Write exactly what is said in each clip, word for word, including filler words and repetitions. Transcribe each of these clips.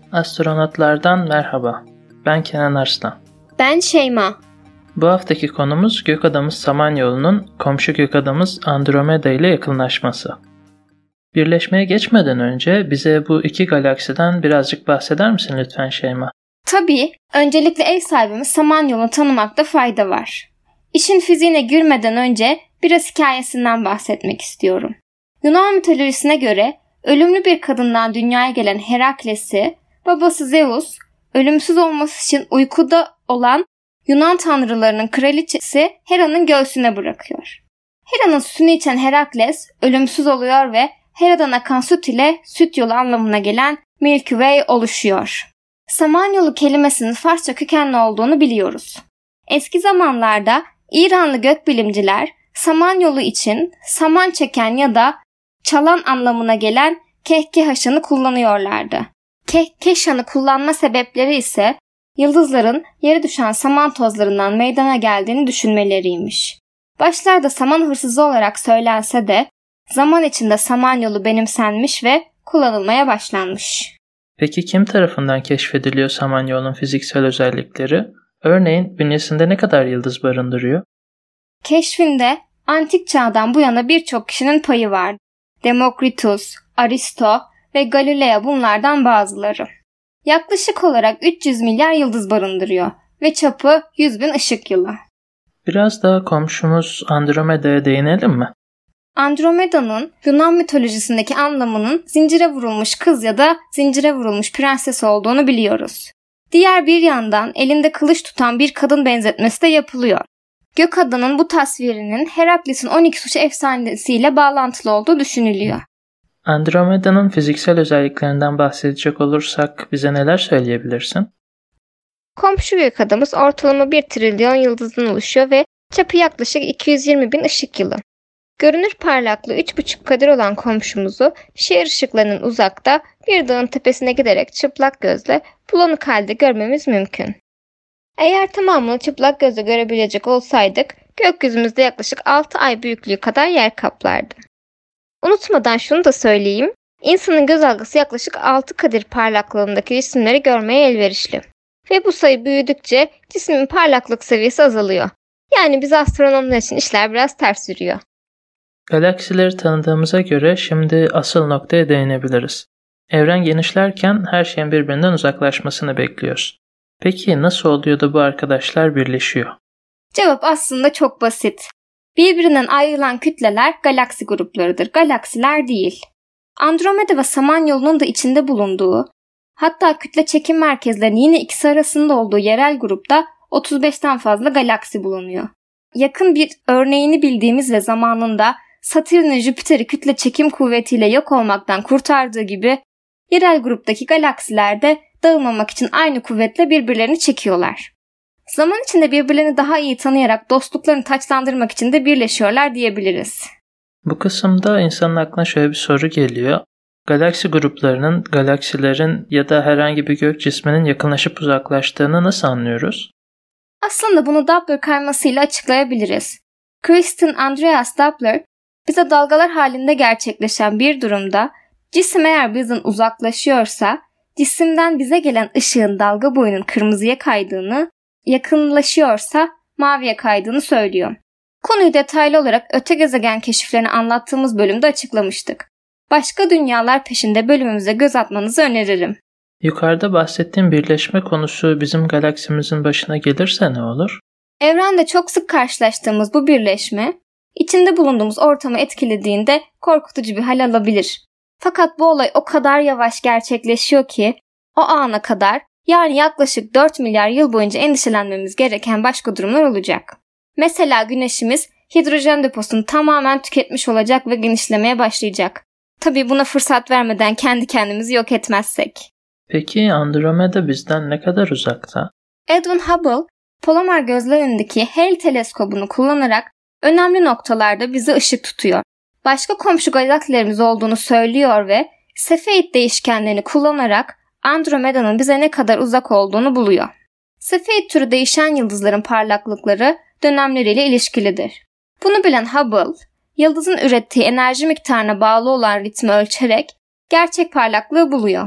Astronotlardan merhaba. Ben Kenan Arslan. Ben Şeyma. Bu haftaki konumuz gökadamız Samanyolu'nun komşu gökadamız Andromeda ile yakınlaşması. Birleşmeye geçmeden önce bize bu iki galaksiden birazcık bahseder misin lütfen Şeyma? Tabii. Öncelikle ev sahibimiz Samanyolu'nu tanımakta fayda var. İşin fiziğine girmeden önce biraz hikayesinden bahsetmek istiyorum. Yunan mitolojisine göre ölümlü bir kadından dünyaya gelen Herakles'i babası Zeus, ölümsüz olması için uykuda olan Yunan tanrılarının kraliçesi Hera'nın göğsüne bırakıyor. Hera'nın sütünü içen Herakles ölümsüz oluyor ve Hera'dan akan süt ile süt yolu anlamına gelen Milky Way oluşuyor. Samanyolu kelimesinin Farsça kökenli olduğunu biliyoruz. Eski zamanlarda İranlı gökbilimciler Samanyolu için saman çeken ya da çalan anlamına gelen kehkehaşanı kullanıyorlardı. Kehkeşanı kullanma sebepleri ise yıldızların yere düşen saman tozlarından meydana geldiğini düşünmeleriymiş. Başlarda saman hırsızı olarak söylense de zaman içinde Samanyolu benimsenmiş ve kullanılmaya başlanmış. Peki kim tarafından keşfediliyor Samanyolu'nun fiziksel özellikleri? Örneğin bünyesinde ne kadar yıldız barındırıyor? Keşfinde antik çağdan bu yana birçok kişinin payı var. Demokritus, Aristo ve Galileo bunlardan bazıları. Yaklaşık olarak üç yüz milyar yıldız barındırıyor ve çapı yüz bin ışık yılı. Biraz daha komşumuz Andromeda'ya değinelim mi? Andromeda'nın Yunan mitolojisindeki anlamının zincire vurulmuş kız ya da zincire vurulmuş prenses olduğunu biliyoruz. Diğer bir yandan elinde kılıç tutan bir kadın benzetmesi de yapılıyor. Gökada'nın bu tasvirinin Herakles'in on iki suçu efsanesiyle bağlantılı olduğu düşünülüyor. Andromeda'nın fiziksel özelliklerinden bahsedecek olursak bize neler söyleyebilirsin? Komşu gökadamız ortalama bir trilyon yıldızdan oluşuyor ve çapı yaklaşık iki yüz yirmi bin ışık yılı. Görünür parlaklığı üç buçuk kadir olan komşumuzu şehir ışıklarının uzakta bir dağın tepesine giderek çıplak gözle bulanık halde görmemiz mümkün. Eğer tamamını çıplak gözle görebilecek olsaydık gökyüzümüzde yaklaşık altı ay büyüklüğü kadar yer kaplardı. Unutmadan şunu da söyleyeyim, insanın göz algısı yaklaşık altı kadir parlaklığındaki cisimleri görmeye elverişli. Ve bu sayı büyüdükçe cismin parlaklık seviyesi azalıyor. Yani biz astronomlar için işler biraz ters yürüyor. Galaksileri tanıdığımıza göre şimdi asıl noktaya değinebiliriz. Evren genişlerken her şeyin birbirinden uzaklaşmasını bekliyoruz. Peki nasıl oluyor da bu arkadaşlar birleşiyor? Cevap aslında çok basit. Birbirinden ayrılan kütleler galaksi gruplarıdır, galaksiler değil. Andromeda ve Samanyolu'nun da içinde bulunduğu, hatta kütle çekim merkezlerinin yine ikisi arasında olduğu yerel grupta otuz beşten fazla galaksi bulunuyor. Yakın bir örneğini bildiğimiz ve zamanında Satürn'ün Jüpiter'i kütle çekim kuvvetiyle yok olmaktan kurtardığı gibi yerel gruptaki galaksiler de dağılmamak için aynı kuvvetle birbirlerini çekiyorlar. Zaman içinde birbirlerini daha iyi tanıyarak dostluklarını taçlandırmak için de birleşiyorlar diyebiliriz. Bu kısımda insanın aklına şöyle bir soru geliyor. Galaksi gruplarının, galaksilerin ya da herhangi bir gök cisminin yakınlaşıp uzaklaştığını nasıl anlıyoruz? Aslında bunu Doppler kaymasıyla açıklayabiliriz. Christian Andreas Doppler, bize dalgalar halinde gerçekleşen bir durumda cisim eğer bizden uzaklaşıyorsa, cisimden bize gelen ışığın dalga boyunun kırmızıya kaydığını, yakınlaşıyorsa maviye kaydığını söylüyor. Konuyu detaylı olarak öte gezegen keşiflerini anlattığımız bölümde açıklamıştık. Başka dünyalar peşinde bölümümüze göz atmanızı öneririm. Yukarıda bahsettiğim birleşme konusu bizim galaksimizin başına gelirse ne olur? Evrende çok sık karşılaştığımız bu birleşme, içinde bulunduğumuz ortamı etkilediğinde korkutucu bir hal alabilir. Fakat bu olay o kadar yavaş gerçekleşiyor ki, o ana kadar yani yaklaşık dört milyar yıl boyunca endişelenmemiz gereken başka durumlar olacak. Mesela Güneşimiz hidrojen deposunu tamamen tüketmiş olacak ve genişlemeye başlayacak. Tabii buna fırsat vermeden kendi kendimizi yok etmezsek. Peki Andromeda bizden ne kadar uzakta? Edwin Hubble, Palomar gözlemindeki Hale teleskobunu kullanarak önemli noktalarda bize ışık tutuyor. Başka komşu galaksilerimiz olduğunu söylüyor ve Cepheid değişkenlerini kullanarak Andromeda'nın bize ne kadar uzak olduğunu buluyor. Cepheid türü değişen yıldızların parlaklıkları dönemleriyle ilişkilidir. Bunu bilen Hubble, yıldızın ürettiği enerji miktarına bağlı olan ritmi ölçerek gerçek parlaklığı buluyor.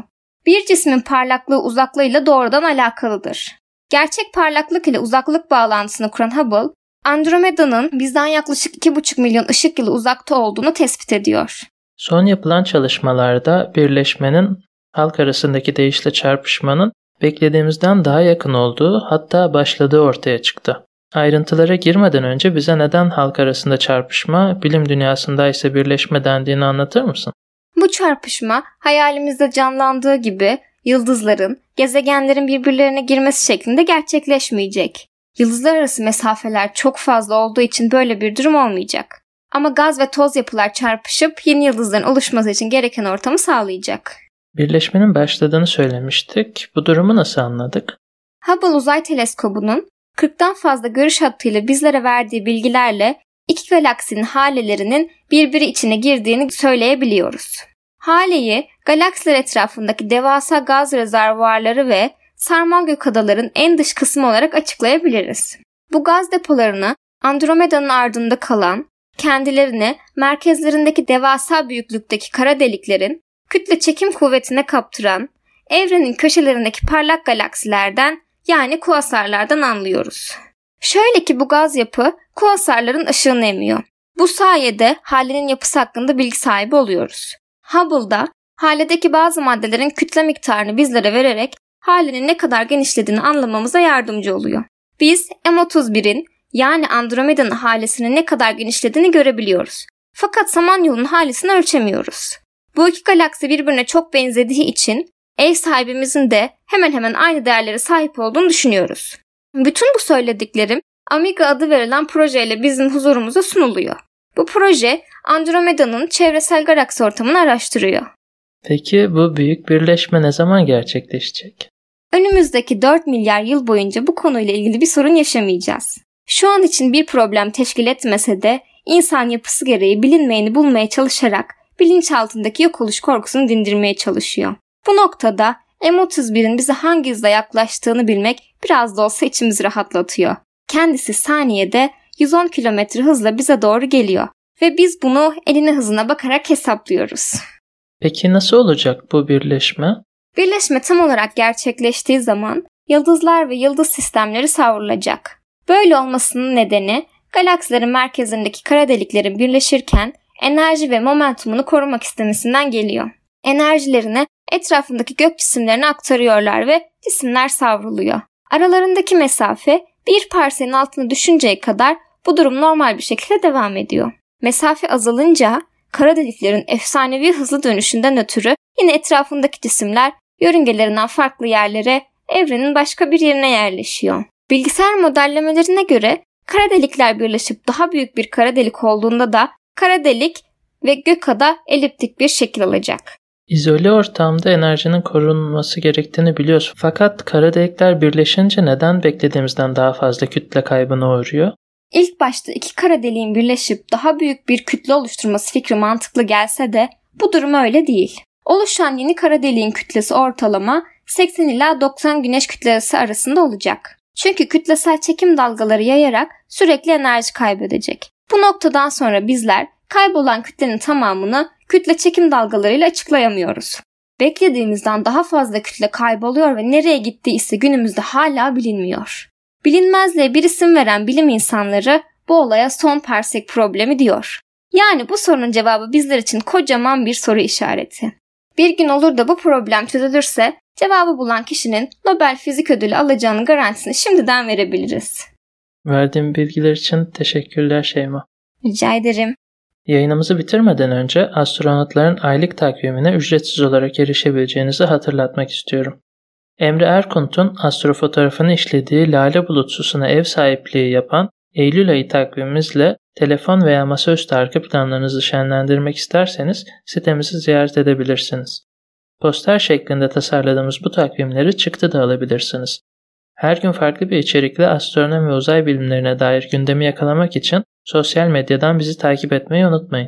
Bir cismin parlaklığı uzaklığıyla doğrudan alakalıdır. Gerçek parlaklık ile uzaklık bağlantısını kuran Hubble, Andromeda'nın bizden yaklaşık iki buçuk milyon ışık yılı uzakta olduğunu tespit ediyor. Son yapılan çalışmalarda birleşmenin halk arasındaki değişle çarpışmanın beklediğimizden daha yakın olduğu, hatta başladığı ortaya çıktı. Ayrıntılara girmeden önce bize neden halk arasında çarpışma, bilim dünyasında ise birleşme dendiğini anlatır mısın? Bu çarpışma hayalimizde canlandığı gibi yıldızların, gezegenlerin birbirlerine girmesi şeklinde gerçekleşmeyecek. Yıldızlar arası mesafeler çok fazla olduğu için böyle bir durum olmayacak. Ama gaz ve toz yapılar çarpışıp yeni yıldızların oluşması için gereken ortamı sağlayacak. Birleşmenin başladığını söylemiştik. Bu durumu nasıl anladık? Hubble Uzay Teleskobu'nun kırktan fazla görüş hattıyla bizlere verdiği bilgilerle iki galaksinin halelerinin birbiri içine girdiğini söyleyebiliyoruz. Haleyi, galaksiler etrafındaki devasa gaz rezervuarları ve sarmal gök adaların en dış kısmı olarak açıklayabiliriz. Bu gaz depolarını Andromeda'nın ardında kalan, kendilerini merkezlerindeki devasa büyüklükteki kara deliklerin kütle çekim kuvvetine kaptıran, evrenin köşelerindeki parlak galaksilerden yani kuasarlardan anlıyoruz. Şöyle ki bu gaz yapı kuasarların ışığını emiyor. Bu sayede halenin yapısı hakkında bilgi sahibi oluyoruz. Hubble'da haledeki bazı maddelerin kütle miktarını bizlere vererek halenin ne kadar genişlediğini anlamamıza yardımcı oluyor. Biz M otuz birin yani Andromeda'nın halesinin ne kadar genişlediğini görebiliyoruz. Fakat Samanyolu'nun halesini ölçemiyoruz. Bu iki galaksi birbirine çok benzediği için ev sahibimizin de hemen hemen aynı değerlere sahip olduğunu düşünüyoruz. Bütün bu söylediklerim Amiga adı verilen projeyle bizim huzurumuza sunuluyor. Bu proje Andromeda'nın çevresel galaksi ortamını araştırıyor. Peki bu büyük birleşme ne zaman gerçekleşecek? Önümüzdeki dört milyar yıl boyunca bu konuyla ilgili bir sorun yaşamayacağız. Şu an için bir problem teşkil etmese de insan yapısı gereği bilinmeyeni bulmaya çalışarak bilinçaltındaki yok oluş korkusunu dindirmeye çalışıyor. Bu noktada M otuz birin bize hangi hızla yaklaştığını bilmek biraz da olsa içimizi rahatlatıyor. Kendisi saniyede yüz on kilometre hızla bize doğru geliyor ve biz bunu eline hızına bakarak hesaplıyoruz. Peki nasıl olacak bu birleşme? Birleşme tam olarak gerçekleştiği zaman yıldızlar ve yıldız sistemleri savrulacak. Böyle olmasının nedeni galaksilerin merkezindeki kara deliklerin birleşirken enerji ve momentumunu korumak istemesinden geliyor. Enerjilerini etrafındaki gök cisimlerine aktarıyorlar ve cisimler savruluyor. Aralarındaki mesafe bir parsenin altına düşünceye kadar bu durum normal bir şekilde devam ediyor. Mesafe azalınca kara deliklerin efsanevi hızlı dönüşünden ötürü yine etrafındaki cisimler yörüngelerinden farklı yerlere, evrenin başka bir yerine yerleşiyor. Bilgisayar modellemelerine göre kara delikler birleşip daha büyük bir kara delik olduğunda da kara delik ve gökada eliptik bir şekil alacak. İzole ortamda enerjinin korunması gerektiğini biliyoruz. Fakat kara delikler birleşince neden beklediğimizden daha fazla kütle kaybına uğruyor? İlk başta iki kara deliğin birleşip daha büyük bir kütle oluşturması fikri mantıklı gelse de bu durum öyle değil. Oluşan yeni kara deliğin kütlesi ortalama seksen ila doksan güneş kütlesi arasında olacak. Çünkü kütlesel çekim dalgaları yayarak sürekli enerji kaybedecek. Bu noktadan sonra bizler kaybolan kütlenin tamamını kütle çekim dalgalarıyla açıklayamıyoruz. Beklediğimizden daha fazla kütle kayboluyor ve nereye gittiği ise günümüzde hala bilinmiyor. Bilinmezliğe bir isim veren bilim insanları bu olaya son parsek problemi diyor. Yani bu sorunun cevabı bizler için kocaman bir soru işareti. Bir gün olur da bu problem çözülürse cevabı bulan kişinin Nobel Fizik Ödülü alacağının garantisini şimdiden verebiliriz. Verdiğin bilgiler için teşekkürler Şeyma. Rica ederim. Yayınımızı bitirmeden önce astronotların aylık takvimine ücretsiz olarak erişebileceğinizi hatırlatmak istiyorum. Emre Erkunt'un astrofotoğrafını işlediği Lale Bulutsusu'na ev sahipliği yapan Eylül ayı takvimimizle telefon veya masaüstü arka planlarınızı şenlendirmek isterseniz sitemizi ziyaret edebilirsiniz. Poster şeklinde tasarladığımız bu takvimleri çıktı da alabilirsiniz. Her gün farklı bir içerikle astronomi ve uzay bilimlerine dair gündemi yakalamak için sosyal medyadan bizi takip etmeyi unutmayın.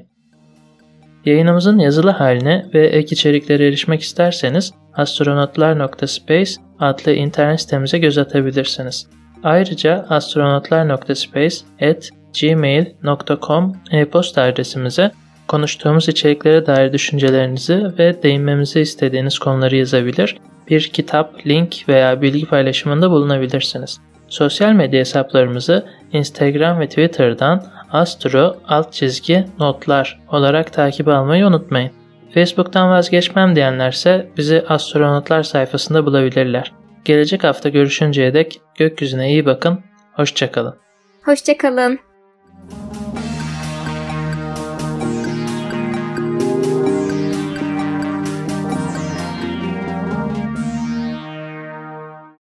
Yayınımızın yazılı haline ve ek içeriklere erişmek isterseniz astronotlar nokta space adlı internet sitemize göz atabilirsiniz. Ayrıca astronotlar nokta space at gmail nokta com e-posta adresimize konuştuğumuz içeriklere dair düşüncelerinizi ve değinmemizi istediğiniz konuları yazabilir, bir kitap, link veya bilgi paylaşımında bulunabilirsiniz. Sosyal medya hesaplarımızı Instagram ve Twitter'dan astro alt çizgi notlar olarak takip almayı unutmayın. Facebook'tan vazgeçmem diyenlerse bizi Astronotlar sayfasında bulabilirler. Gelecek hafta görüşünceye dek gökyüzüne iyi bakın, hoşça kalın. Hoşça kalın.